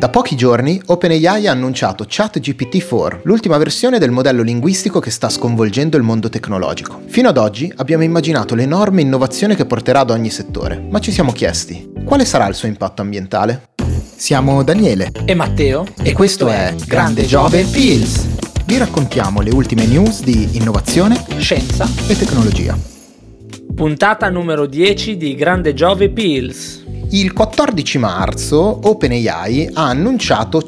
Da pochi giorni OpenAI ha annunciato ChatGPT-4, l'ultima versione del modello linguistico che sta sconvolgendo il mondo tecnologico. Fino ad oggi abbiamo immaginato l'enorme innovazione che porterà ad ogni settore, ma ci siamo chiesti, quale sarà il suo impatto ambientale? Siamo Daniele e Matteo e questo è Grande Giove Pills. Vi raccontiamo le ultime news di innovazione, scienza e tecnologia. Puntata numero 10 di Grande Giove Pills. Il 14 marzo OpenAI ha annunciato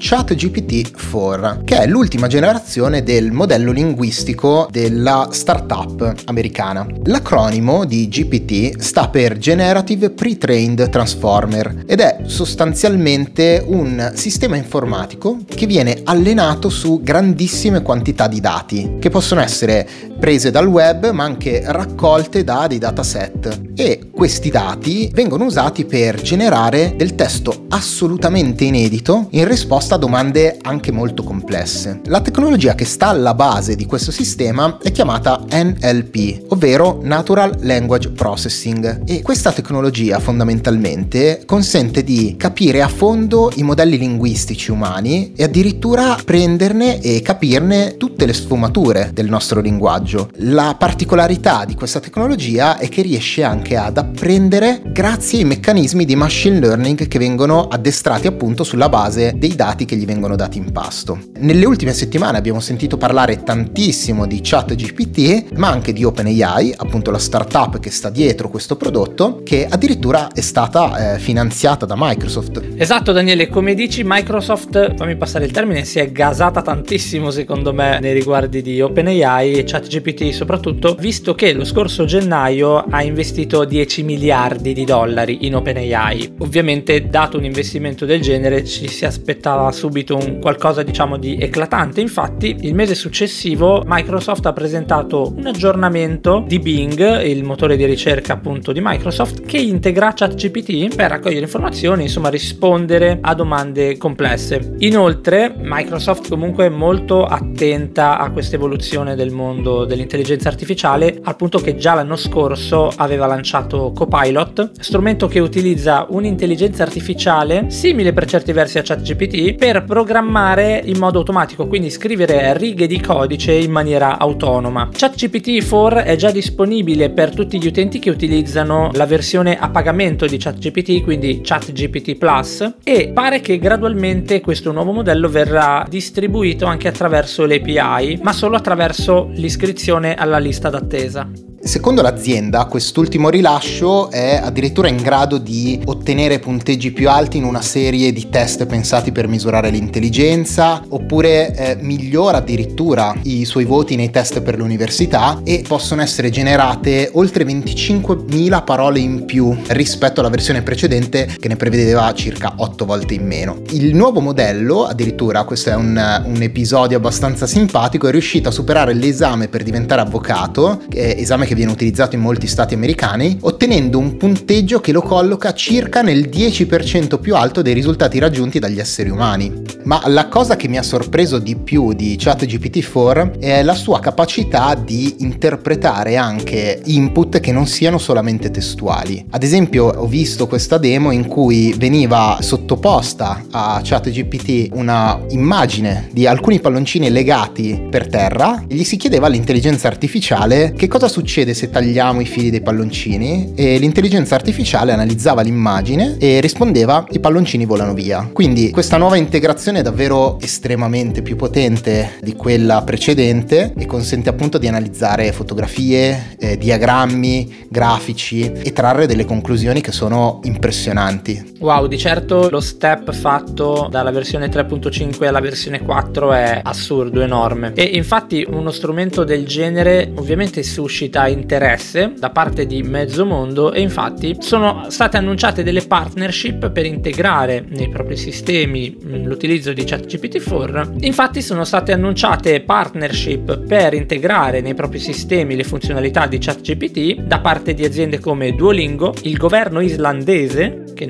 ChatGPT-4, che è l'ultima generazione del modello linguistico della startup americana. L'acronimo di GPT sta per Generative Pre-trained Transformer ed è sostanzialmente un sistema informatico che viene allenato su grandissime quantità di dati, che possono essere prese dal web ma anche raccolte da dei dataset, e questi dati vengono usati per generare del testo assolutamente inedito in risposta a domande anche molto complesse. La tecnologia che sta alla base di questo sistema è chiamata NLP, ovvero Natural Language Processing, e questa tecnologia fondamentalmente consente di capire a fondo i modelli linguistici umani e addirittura prenderne e capirne tutte le sfumature del nostro linguaggio. La particolarità di questa tecnologia è che riesce anche ad apprendere grazie ai meccanismi di machine learning che vengono addestrati appunto sulla base dei dati che gli vengono dati in pasto. Nelle ultime settimane abbiamo sentito parlare tantissimo di ChatGPT, ma anche di OpenAI, appunto la startup che sta dietro questo prodotto, che addirittura è stata finanziata da Microsoft. Esatto Daniele, come dici Microsoft, fammi passare il termine, si è gasata tantissimo secondo me nei riguardi di OpenAI e ChatGPT soprattutto, visto che lo scorso gennaio ha investito 10 miliardi di dollari in OpenAI. Ovviamente, dato un investimento del genere, ci si aspettava subito un qualcosa di eclatante. Infatti il mese successivo Microsoft ha presentato un aggiornamento di Bing, il motore di ricerca appunto di Microsoft, che integra ChatGPT per raccogliere informazioni, insomma rispondere a domande complesse. Inoltre Microsoft comunque è molto attenta a questa evoluzione del mondo dell'intelligenza artificiale, al punto che già l'anno scorso aveva lanciato Copilot, strumento che utilizza un'intelligenza artificiale simile per certi versi a ChatGPT per programmare in modo automatico, quindi scrivere righe di codice in maniera autonoma. ChatGPT-4 è già disponibile per tutti gli utenti che utilizzano la versione a pagamento di ChatGPT, quindi ChatGPT Plus, e pare che gradualmente questo nuovo modello verrà distribuito anche attraverso le API, ma solo attraverso l'iscrizione alla lista d'attesa. Secondo l'azienda, quest'ultimo rilascio è addirittura in grado di ottenere punteggi più alti in una serie di test pensati per misurare l'intelligenza, oppure migliora addirittura i suoi voti nei test per l'università, e possono essere generate oltre 25.000 parole in più rispetto alla versione precedente che ne prevedeva circa 8 volte in meno. Il nuovo modello, addirittura, questo è un episodio abbastanza simpatico, è riuscito a superare l'esame per diventare avvocato, esame che viene utilizzato in molti stati americani, ottenendo un punteggio che lo colloca circa nel 10% più alto dei risultati raggiunti dagli esseri umani. Ma la cosa che mi ha sorpreso di più di ChatGPT-4 è la sua capacità di interpretare anche input che non siano solamente testuali. Ad esempio, ho visto questa demo in cui veniva sottoposta a ChatGPT una immagine di alcuni palloncini legati per terra e gli si chiedeva all'intelligenza artificiale che cosa succede se tagliamo i fili dei palloncini, e l'intelligenza artificiale analizzava l'immagine e rispondeva: i palloncini volano via. Quindi questa nuova integrazione è davvero estremamente più potente di quella precedente e consente appunto di analizzare fotografie, diagrammi, grafici e trarre delle conclusioni che sono impressionanti. Wow, di certo lo step fatto dalla versione 3.5 alla versione 4 è assurdo, enorme, e infatti uno strumento del genere ovviamente suscita interesse da parte di mezzo mondo, e infatti sono state annunciate delle partnership per integrare nei propri sistemi l'utilizzo di ChatGPT-4. Infatti sono state annunciate partnership per integrare nei propri sistemi le funzionalità di ChatGPT da parte di aziende come Duolingo, il governo islandese, che non ho idea di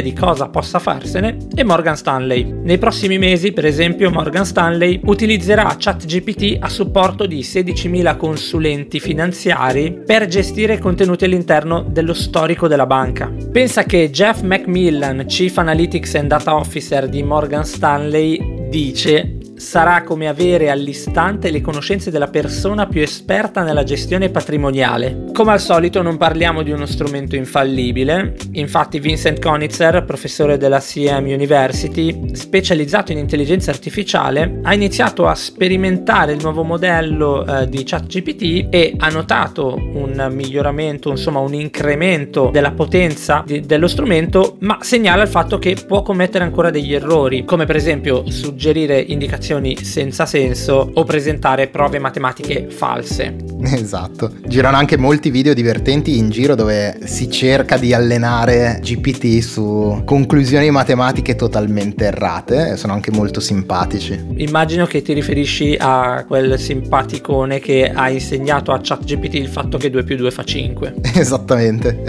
di cosa possa farsene è Morgan Stanley. Nei prossimi mesi, per esempio, Morgan Stanley utilizzerà ChatGPT a supporto di 16.000 consulenti finanziari per gestire contenuti all'interno dello storico della banca. Pensa che Jeff McMillan, Chief Analytics and Data Officer di Morgan Stanley, dice: sarà come avere all'istante le conoscenze della persona più esperta nella gestione patrimoniale. Come al solito non parliamo di uno strumento infallibile, infatti Vincent Conitzer, professore della CM University, specializzato in intelligenza artificiale, ha iniziato a sperimentare il nuovo modello di ChatGPT e ha notato un miglioramento, insomma un incremento della potenza dello strumento, ma segnala il fatto che può commettere ancora degli errori, come per esempio suggerire indicazioni senza senso o presentare prove matematiche false. Esatto, girano anche molti video divertenti in giro dove si cerca di allenare GPT su conclusioni matematiche totalmente errate, sono anche molto simpatici. Immagino che ti riferisci a quel simpaticone che ha insegnato a ChatGPT il fatto che 2 più 2 fa 5. Esattamente.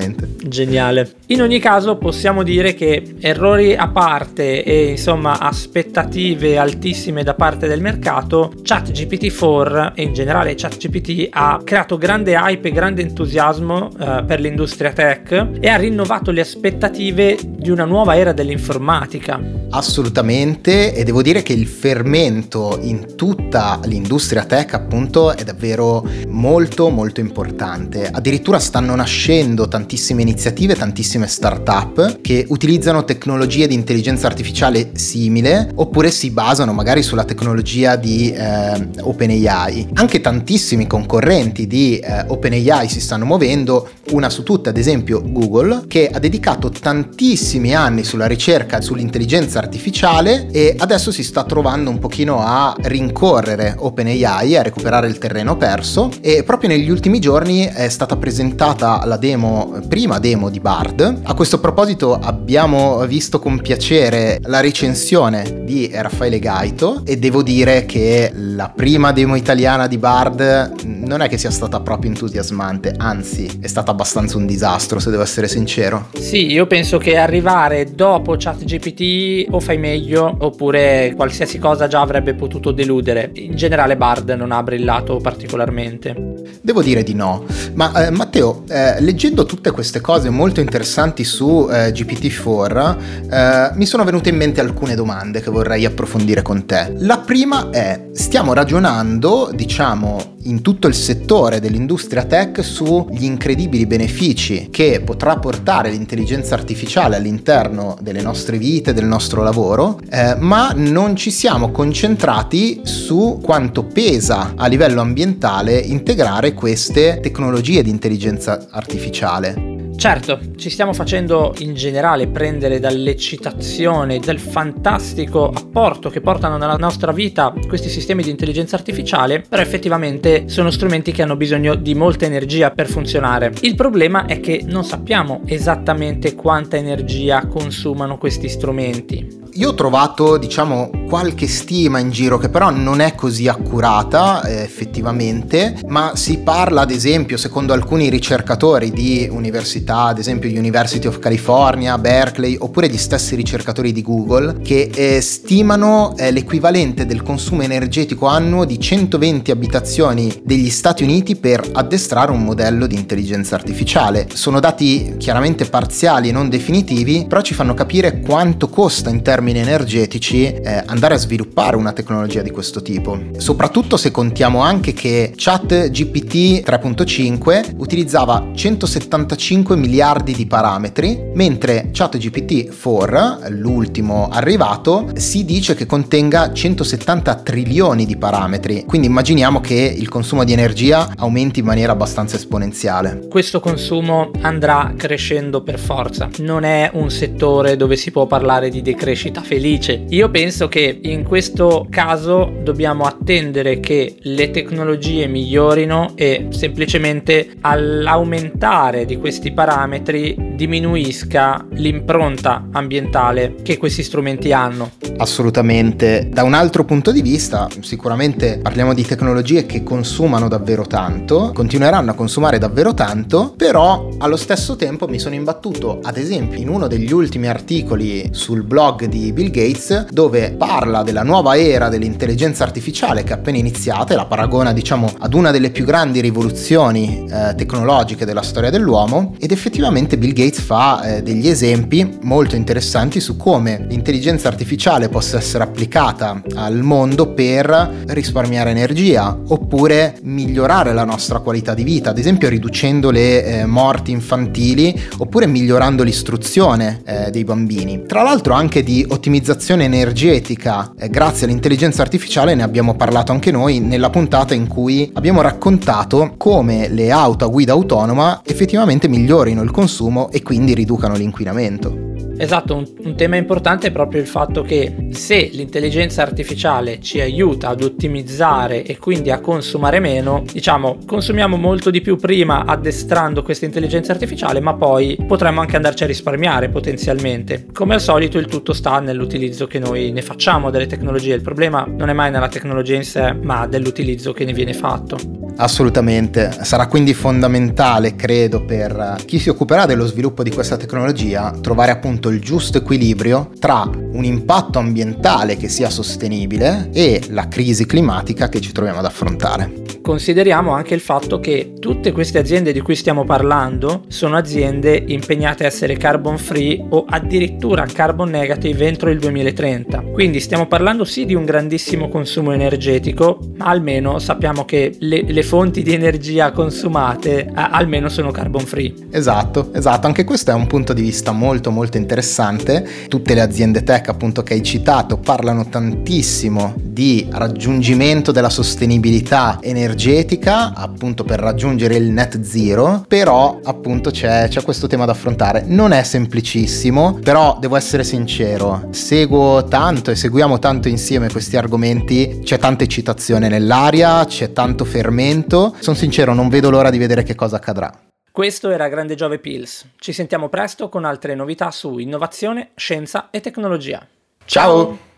Geniale. In ogni caso possiamo dire che, errori a parte e insomma aspettative altissime da parte del mercato, ChatGPT-4 e in generale ChatGPT ha creato grande hype e grande entusiasmo per l'industria tech e ha rinnovato le aspettative di una nuova era dell'informatica. Assolutamente, e devo dire che il fermento in tutta l'industria tech appunto è davvero molto molto importante. Addirittura stanno nascendo tantissime iniziative, tantissime startup che utilizzano tecnologie di intelligenza artificiale simile oppure si basano magari sulla tecnologia di OpenAI. Anche tantissimi concorrenti di OpenAI si stanno muovendo, una su tutte ad esempio Google, che ha dedicato tantissimi anni sulla ricerca sull'intelligenza artificiale e adesso si sta trovando un pochino a rincorrere OpenAI, a recuperare il terreno perso, e proprio negli ultimi giorni è stata presentata la prima demo di Bard. A questo proposito abbiamo visto con piacere la recensione di Raffaele Gaito e devo dire che la prima demo italiana di Bard non è che sia stata proprio entusiasmante, anzi è stata abbastanza un disastro, se devo essere sincero. Sì, io penso che arrivare dopo ChatGPT o fai meglio oppure qualsiasi cosa già avrebbe potuto deludere. In generale Bard non ha brillato particolarmente. Devo dire di no, ma Matteo, leggendo tutte queste cose molto interessanti su GPT-4 mi sono venute in mente alcune domande che vorrei approfondire con te. La prima è: stiamo ragionando, diciamo, in tutto il settore dell'industria tech sugli incredibili benefici che potrà portare l'intelligenza artificiale all'interno delle nostre vite, del nostro lavoro, ma non ci siamo concentrati su quanto pesa a livello ambientale integrare queste tecnologie di intelligenza artificiale. Certo, ci stiamo facendo in generale prendere dall'eccitazione, dal fantastico apporto che portano nella nostra vita questi sistemi di intelligenza artificiale, però effettivamente sono strumenti che hanno bisogno di molta energia per funzionare. Il problema è che non sappiamo esattamente quanta energia consumano questi strumenti. Io ho trovato, diciamo, qualche stima in giro che però non è così accurata effettivamente, ma si parla ad esempio, secondo alcuni ricercatori di università, ad esempio University of California, Berkeley, oppure gli stessi ricercatori di Google, che stimano l'equivalente del consumo energetico annuo di 120 abitazioni degli Stati Uniti per addestrare un modello di intelligenza artificiale. Sono dati chiaramente parziali e non definitivi, però ci fanno capire quanto costa in termini energetici andare a sviluppare una tecnologia di questo tipo, soprattutto se contiamo anche che ChatGPT 3.5 utilizzava 175 miliardi di parametri, mentre ChatGPT 4, l'ultimo arrivato, si dice che contenga 170 trilioni di parametri, quindi immaginiamo che il consumo di energia aumenti in maniera abbastanza esponenziale. Questo consumo andrà crescendo per forza, non è un settore dove si può parlare di decrescita felice. Io penso che in questo caso dobbiamo attendere che le tecnologie migliorino e semplicemente all'aumentare di questi parametri diminuisca l'impronta ambientale che questi strumenti hanno. Assolutamente. Da un altro punto di vista, sicuramente parliamo di tecnologie che consumano davvero tanto, continueranno a consumare davvero tanto, però allo stesso tempo mi sono imbattuto, ad esempio, in uno degli ultimi articoli sul blog di Bill Gates, dove parla della nuova era dell'intelligenza artificiale che è appena iniziata e la paragona, diciamo, ad una delle più grandi rivoluzioni tecnologiche della storia dell'uomo, ed effettivamente Bill Gates fa degli esempi molto interessanti su come l'intelligenza artificiale possa essere applicata al mondo per risparmiare energia oppure migliorare la nostra qualità di vita, ad esempio riducendo le morti infantili oppure migliorando l'istruzione dei bambini. Tra l'altro anche di ottimizzazione energetica grazie all'intelligenza artificiale ne abbiamo parlato anche noi nella puntata in cui abbiamo raccontato come le auto a guida autonoma effettivamente migliorino il consumo e quindi riducano l'inquinamento. Esatto, un tema importante è proprio il fatto che se l'intelligenza artificiale ci aiuta ad ottimizzare e quindi a consumare meno, diciamo, consumiamo molto di più prima addestrando questa intelligenza artificiale, ma poi potremmo anche andarci a risparmiare potenzialmente. Come al solito il tutto sta nell'utilizzo che noi ne facciamo delle tecnologie, il problema non è mai nella tecnologia in sé, ma dell'utilizzo che ne viene fatto. Assolutamente, sarà quindi fondamentale, credo, per chi si occuperà dello sviluppo di questa tecnologia trovare appunto il giusto equilibrio tra un impatto ambientale che sia sostenibile e la crisi climatica che ci troviamo ad affrontare. Consideriamo anche il fatto che tutte queste aziende di cui stiamo parlando sono aziende impegnate a essere carbon free o addirittura carbon negative entro il 2030. Quindi stiamo parlando sì di un grandissimo consumo energetico, ma almeno sappiamo che le fonti di energia consumate almeno sono carbon free. Esatto, anche questo è un punto di vista molto molto interessante. Tutte le aziende tech appunto che hai citato parlano tantissimo di raggiungimento della sostenibilità energetica appunto per raggiungere il net zero, però appunto c'è questo tema da affrontare. Non è semplicissimo, però devo essere sincero, seguo tanto e seguiamo tanto insieme questi argomenti, c'è tanta eccitazione nell'aria, c'è tanto fermento, sono sincero, non vedo l'ora di vedere che cosa accadrà. Questo era Grande Giove Pills, ci sentiamo presto con altre novità su innovazione, scienza e tecnologia. Ciao!